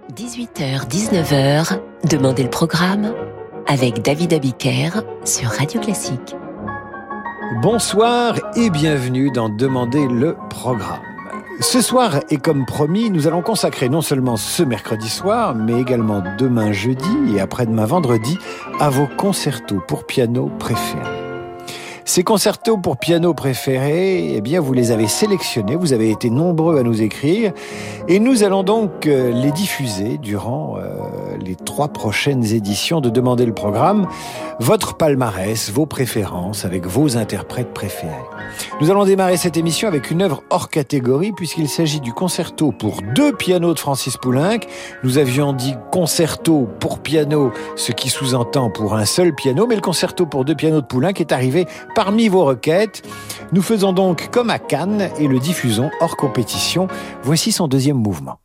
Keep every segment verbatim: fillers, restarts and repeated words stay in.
dix-huit heures dix-neuf heures, Demandez le programme avec David Abiker sur Radio Classique. Bonsoir et bienvenue dans Demandez le programme. Ce soir, et comme promis, nous allons consacrer non seulement ce mercredi soir, mais également demain jeudi et après-demain vendredi à vos concertos pour piano préférés. Ces concertos pour piano préférés, eh bien, vous les avez sélectionnés, vous avez été nombreux à nous écrire, et nous allons donc euh, les diffuser durant euh, les trois prochaines éditions de Demandez le programme. Votre palmarès, vos préférences, avec vos interprètes préférés. Nous allons démarrer cette émission avec une œuvre hors catégorie, puisqu'il s'agit du concerto pour deux pianos de Francis Poulenc. Nous avions dit concerto pour piano, ce qui sous-entend pour un seul piano, mais le concerto pour deux pianos de Poulenc est arrivé parmi vos requêtes. Nous faisons donc comme à Cannes et le diffusons hors compétition. Voici son deuxième mouvement.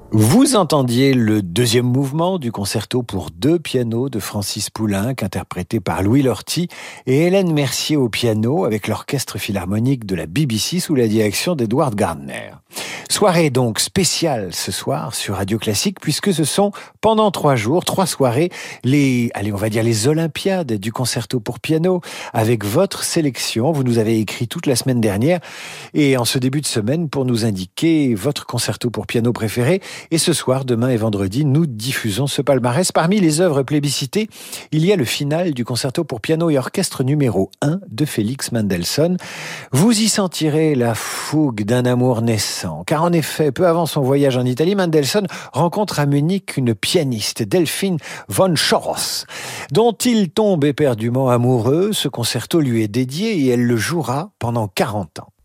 Vous entendiez le deuxième mouvement du concerto pour deux pianos de Francis Poulenc, interprété par Louis Lorty et Hélène Mercier au piano avec l'orchestre philharmonique de la B B C sous la direction d'Edward Gardner. Soirée donc spéciale ce soir sur Radio Classique, puisque ce sont pendant trois jours, trois soirées, les, allez, on va dire les Olympiades du concerto pour piano, avec votre sélection. Vous nous avez écrit toute la semaine dernière et en ce début de semaine pour nous indiquer votre concerto pour piano préféré. Et ce soir, demain et vendredi, nous diffusons ce palmarès. Parmi les œuvres plébiscitées, il y a le final du concerto pour piano et orchestre numéro un de Félix Mendelssohn. Vous y sentirez la fougue d'un amour naissant. Car en effet, peu avant son voyage en Italie, Mendelssohn rencontre à Munich une pianiste, Delphine von Schoros, dont il tombe éperdument amoureux. Ce concerto lui est dédié et elle le jouera pendant quarante ans.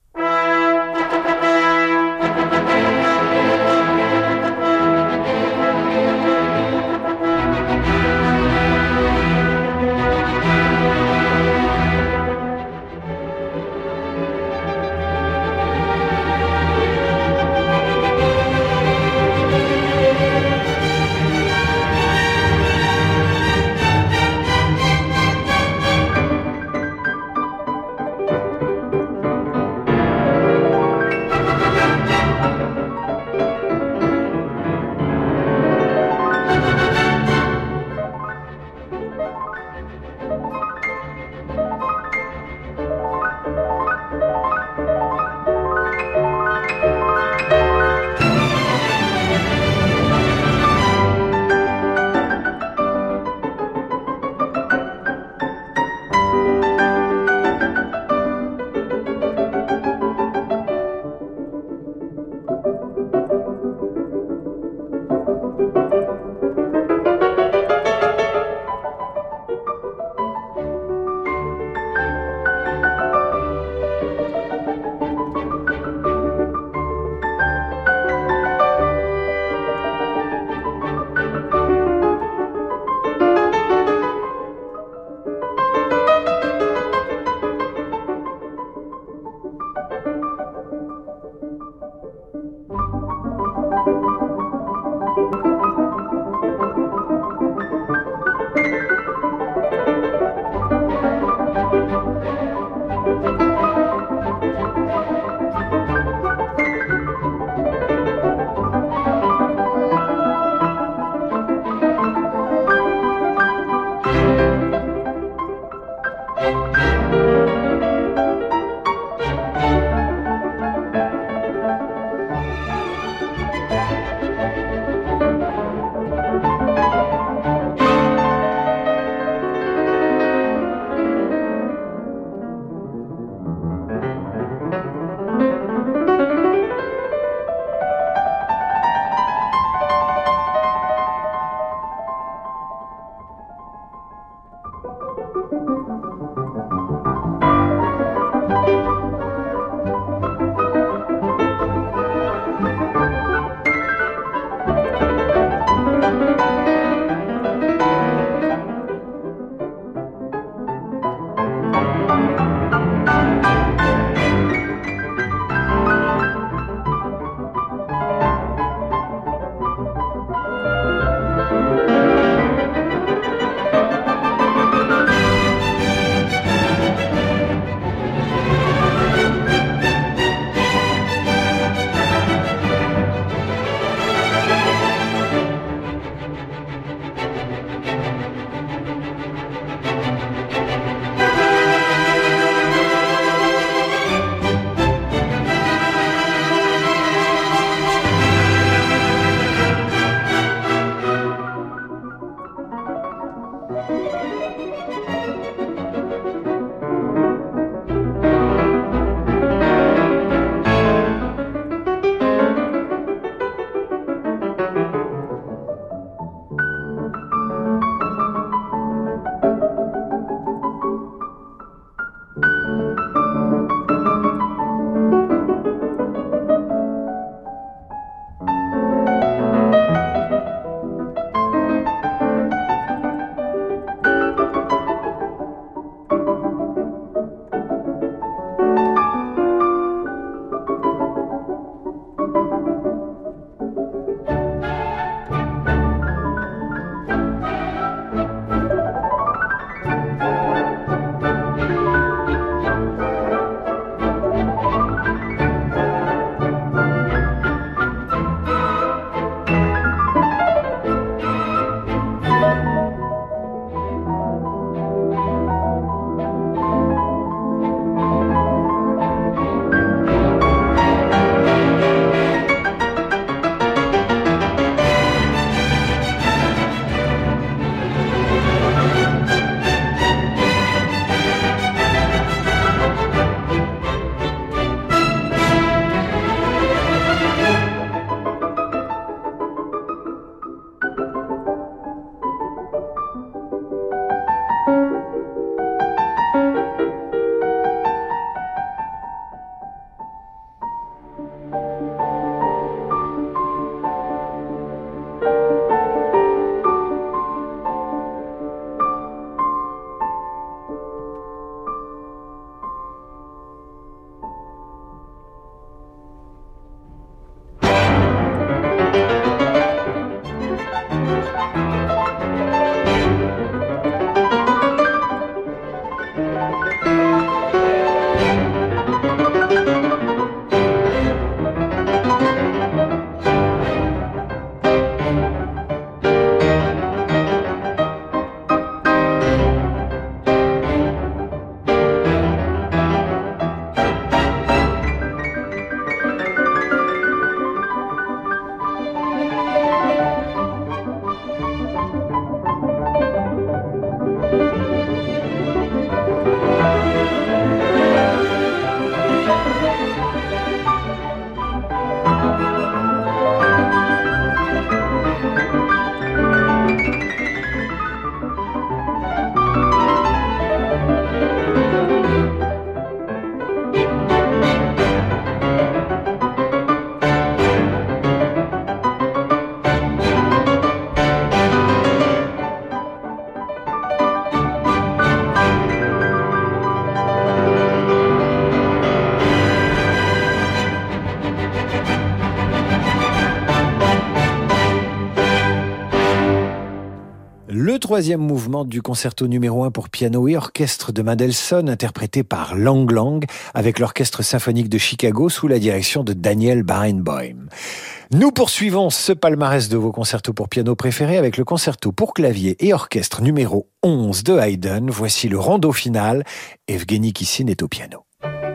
Le troisième mouvement du concerto numéro un pour piano et orchestre de Mendelssohn, interprété par Lang Lang, avec l'Orchestre symphonique de Chicago sous la direction de Daniel Barenboim. Nous poursuivons ce palmarès de vos concertos pour piano préférés avec le concerto pour clavier et orchestre numéro onze de Haydn. Voici le rondo final. Evgueni Kissin est au piano.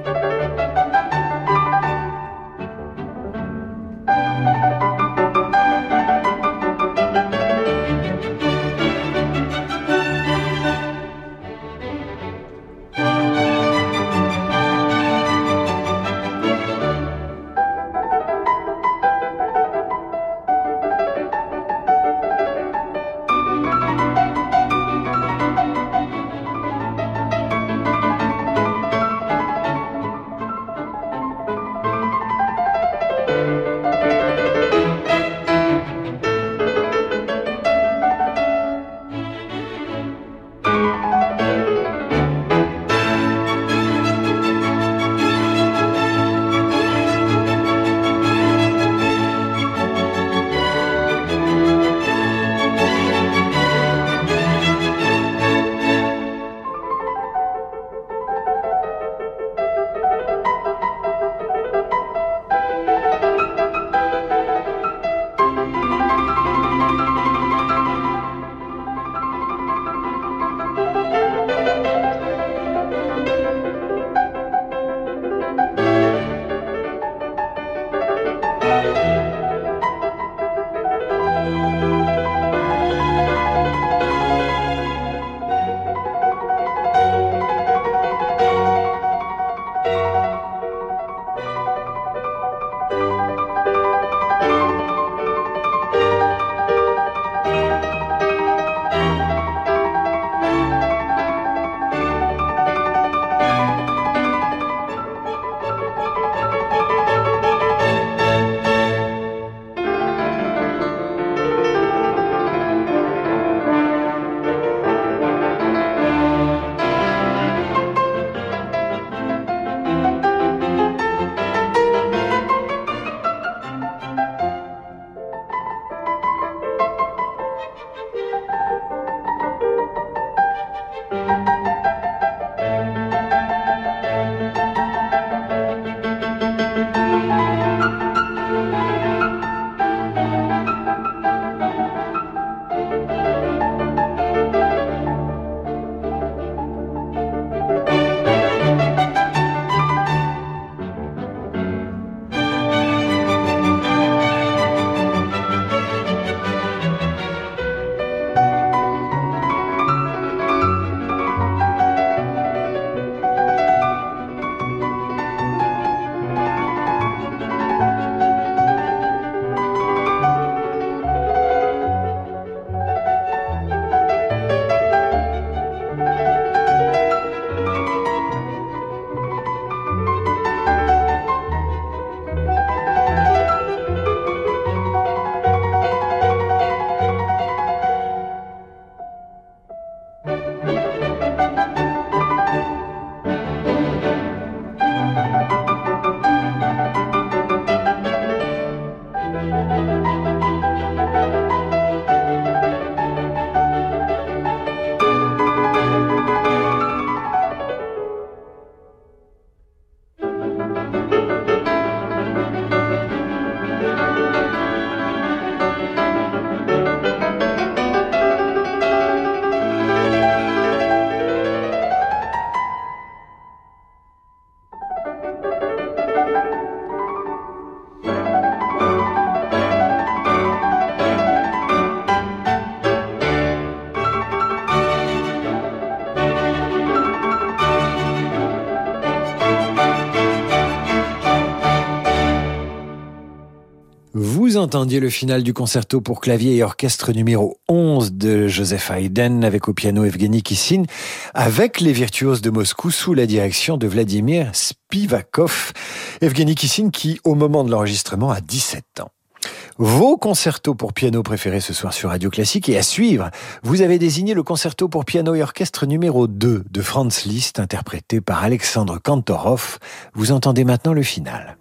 Vous entendiez le final du concerto pour clavier et orchestre numéro onze de Joseph Haydn avec au piano Evgueni Kissin, avec les virtuoses de Moscou sous la direction de Vladimir Spivakov. Evgueni Kissin qui, au moment de l'enregistrement, a dix-sept ans. Vos concertos pour piano préférés ce soir sur Radio Classique, et à suivre, vous avez désigné le concerto pour piano et orchestre numéro deux de Franz Liszt, interprété par Alexandre Kantorov. Vous entendez maintenant le final.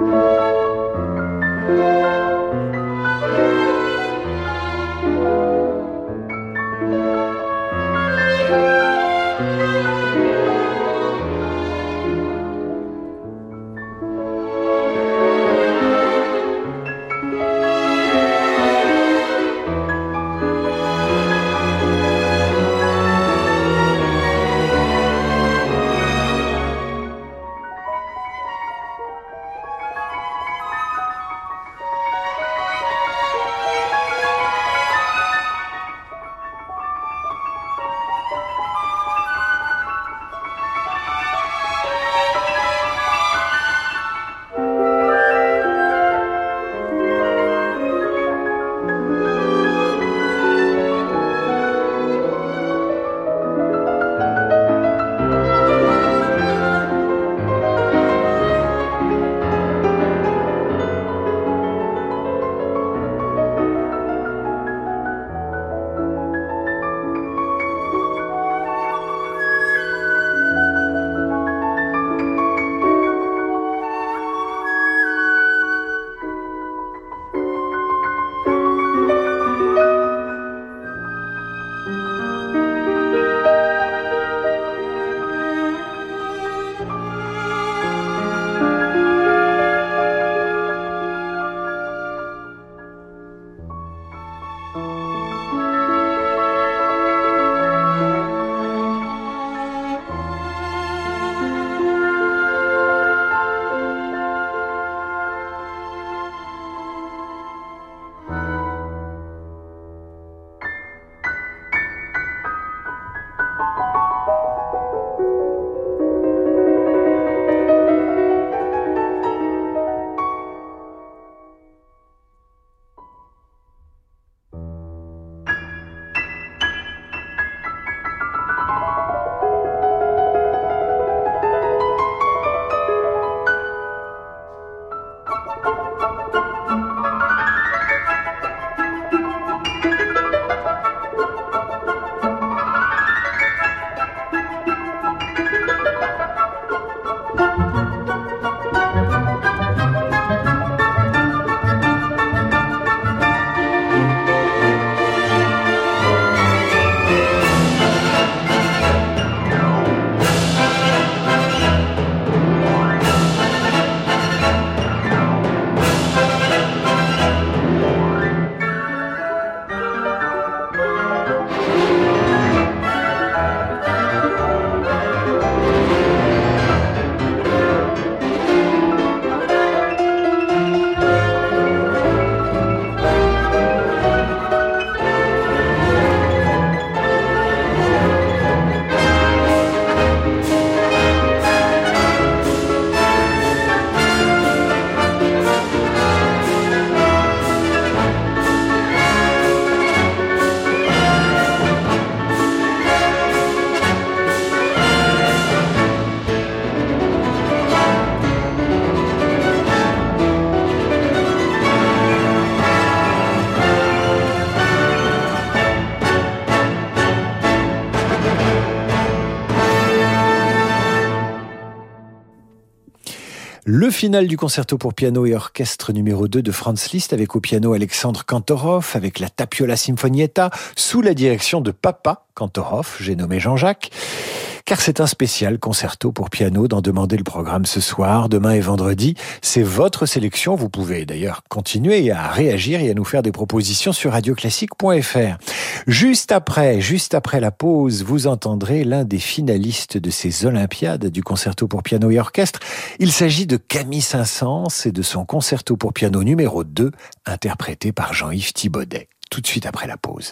Le final du concerto pour piano et orchestre numéro deux de Franz Liszt avec au piano Alexandre Kantorov, avec la Tapiola Sinfonietta, sous la direction de Papa Kantorov, j'ai nommé Jean-Jacques. Car c'est un spécial concerto pour piano d'en demander le programme ce soir, demain et vendredi. C'est votre sélection. Vous pouvez d'ailleurs continuer à réagir et à nous faire des propositions sur radio classique point f r. Juste après, juste après la pause, vous entendrez l'un des finalistes de ces Olympiades du concerto pour piano et orchestre. Il s'agit de Camille Saint-Saëns et de son concerto pour piano numéro deux, interprété par Jean-Yves Thibaudet. Tout de suite après la pause.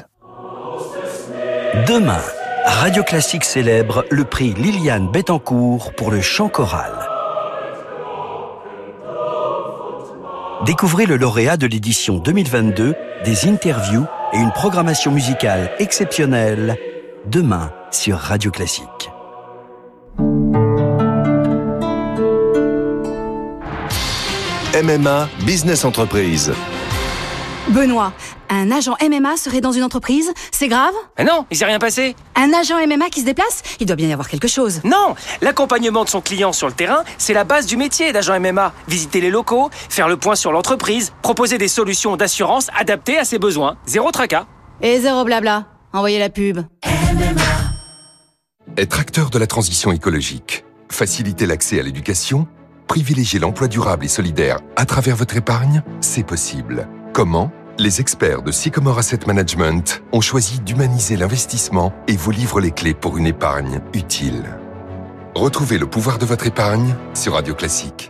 Demain, Radio Classique célèbre le prix Liliane Bettencourt pour le chant choral. Découvrez le lauréat de l'édition deux mille vingt-deux, des interviews et une programmation musicale exceptionnelle, demain sur Radio Classique. M M A Business Entreprise. Benoît, un agent M M A serait dans une entreprise, c'est grave ? Mais non, il s'est rien passé. Un agent M M A qui se déplace ? Il doit bien y avoir quelque chose. Non, l'accompagnement de son client sur le terrain, c'est la base du métier d'agent M M A. Visiter les locaux, faire le point sur l'entreprise, proposer des solutions d'assurance adaptées à ses besoins. Zéro tracas. Et zéro blabla. Envoyez la pub. Être acteur de la transition écologique, faciliter l'accès à l'éducation, privilégier l'emploi durable et solidaire à travers votre épargne, c'est possible. Comment ? Les experts de Sycomore Asset Management ont choisi d'humaniser l'investissement et vous livrent les clés pour une épargne utile. Retrouvez le pouvoir de votre épargne sur Radio Classique.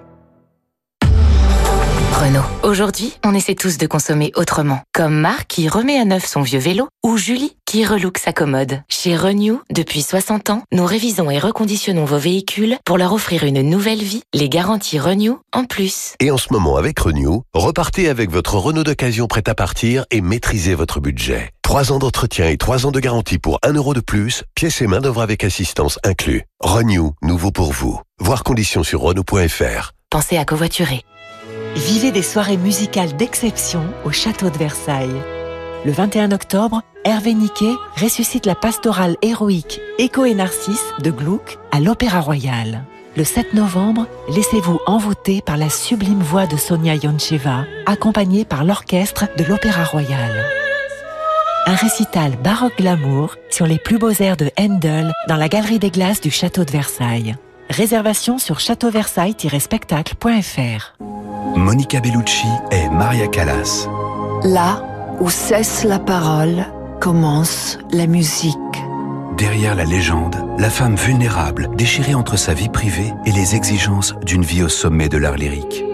Renault. Aujourd'hui, on essaie tous de consommer autrement. Comme Marc qui remet à neuf son vieux vélo ou Julie qui relook sa commode. Chez Renew, depuis soixante ans, nous révisons et reconditionnons vos véhicules pour leur offrir une nouvelle vie, les garanties Renew en plus. Et en ce moment avec Renew, repartez avec votre Renault d'occasion prêt à partir et maîtrisez votre budget. Trois ans d'entretien et trois ans de garantie pour un euro de plus, pièces et main d'œuvre avec assistance inclus. Renew, nouveau pour vous. Voir conditions sur Renault point F R. Pensez à covoiturer. Vivez des soirées musicales d'exception au château de Versailles. Le vingt et un octobre, Hervé Niquet ressuscite la pastorale héroïque Écho et Narcisse de Gluck à l'Opéra Royal. Le sept novembre, laissez-vous envoûter par la sublime voix de Sonia Yoncheva, accompagnée par l'orchestre de l'Opéra Royal. Un récital baroque glamour sur les plus beaux airs de Handel dans la Galerie des Glaces du château de Versailles. Réservation sur château versailles tiret spectacle point F R. Monica Bellucci et Maria Callas. Là où cesse la parole, commence la musique. Derrière la légende, la femme vulnérable, déchirée entre sa vie privée et les exigences d'une vie au sommet de l'art lyrique.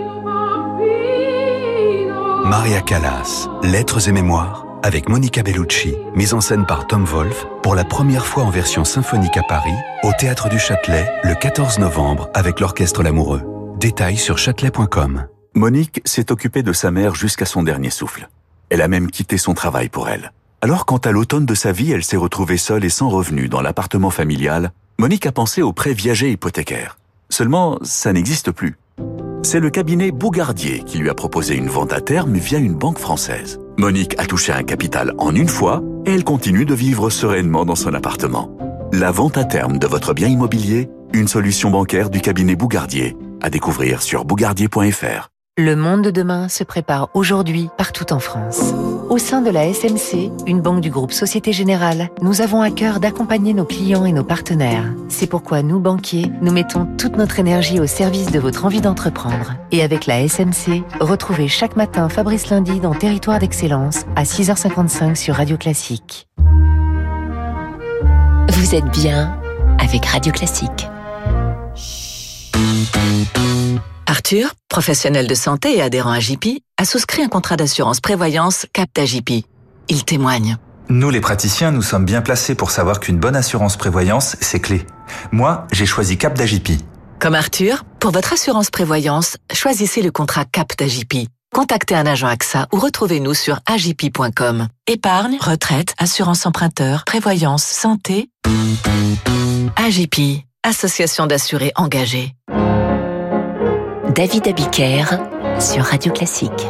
Maria Callas, Lettres et mémoires, avec Monica Bellucci, mise en scène par Tom Wolfe, pour la première fois en version symphonique à Paris, au Théâtre du Châtelet, le quatorze novembre, avec l'Orchestre L'Amoureux. Détails sur châtelet point com. Monique s'est occupée de sa mère jusqu'à son dernier souffle. Elle a même quitté son travail pour elle. Alors quand à l'automne de sa vie, elle s'est retrouvée seule et sans revenu dans l'appartement familial, Monique a pensé au prêt viager hypothécaire. Seulement, ça n'existe plus. C'est le cabinet Bougardier qui lui a proposé une vente à terme via une banque française. Monique a touché un capital en une fois et elle continue de vivre sereinement dans son appartement. La vente à terme de votre bien immobilier, une solution bancaire du cabinet Bougardier. À découvrir sur bougardier point F R. Le monde de demain se prépare aujourd'hui partout en France. Au sein de la S M C, une banque du groupe Société Générale, nous avons à cœur d'accompagner nos clients et nos partenaires. C'est pourquoi nous, banquiers, nous mettons toute notre énergie au service de votre envie d'entreprendre. Et avec la S M C, retrouvez chaque matin Fabrice Lundi dans Territoire d'Excellence à six heures cinquante-cinq sur Radio Classique. Vous êtes bien avec Radio Classique. Arthur, professionnel de santé et adhérent à J P, a souscrit un contrat d'assurance prévoyance Capta J P. Il témoigne. Nous, les praticiens, nous sommes bien placés pour savoir qu'une bonne assurance prévoyance, c'est clé. Moi, j'ai choisi Capta J P. Comme Arthur, pour votre assurance prévoyance, choisissez le contrat Capta J P. Contactez un agent A X A ou retrouvez-nous sur a j p point com. Épargne, retraite, assurance emprunteur, prévoyance, santé. A J P, association d'assurés engagés. David Abiker sur Radio Classique.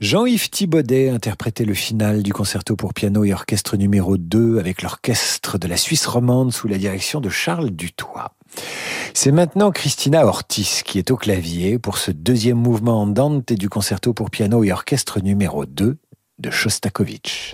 Jean-Yves Thibaudet interprétait le final du concerto pour piano et orchestre numéro deux avec l'orchestre de la Suisse romande sous la direction de Charles Dutoit. C'est maintenant Christina Ortiz qui est au clavier pour ce deuxième mouvement andante du concerto pour piano et orchestre numéro deux de Shostakovich.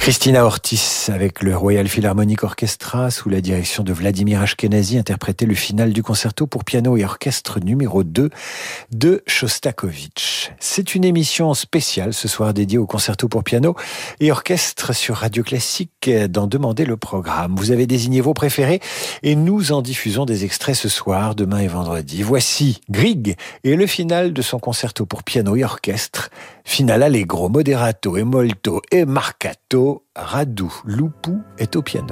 Christina Ortiz avec le Royal Philharmonic Orchestra sous la direction de Vladimir Ashkenazy interprétait le final du concerto pour piano et orchestre numéro deux de Shostakovich. C'est une émission spéciale ce soir dédiée au concerto pour piano et orchestre sur Radio Classique d'en demander le programme. Vous avez désigné vos préférés et nous en diffusons des extraits ce soir, demain et vendredi. Voici Grieg et le final de son concerto pour piano et orchestre. Finale allegro, moderato e molto e marcato. Radu Lupu est au piano.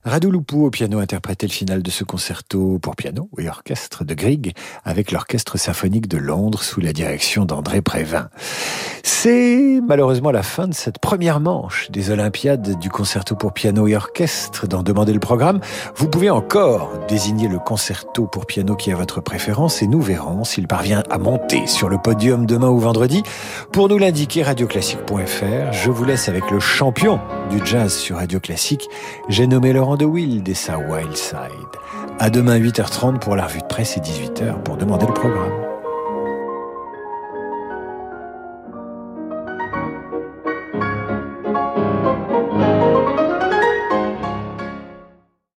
Radu Lupu au piano interprétait le final de ce concerto pour piano et orchestre de Grieg avec l'Orchestre symphonique de Londres sous la direction d'André Prévin. C'est malheureusement la fin de cette première manche des Olympiades du concerto pour piano et orchestre. D'en demander le programme, vous pouvez encore désigner le concerto pour piano qui est votre préférence et nous verrons s'il parvient à monter sur le podium demain ou vendredi. Pour nous l'indiquer, radioclassique point f r. Je vous laisse avec le champion du jazz sur Radio Classique. J'ai nommé Laurent de Wild et sa Wild Side. À demain huit heures trente pour la revue de presse et dix-huit heures pour demander le programme.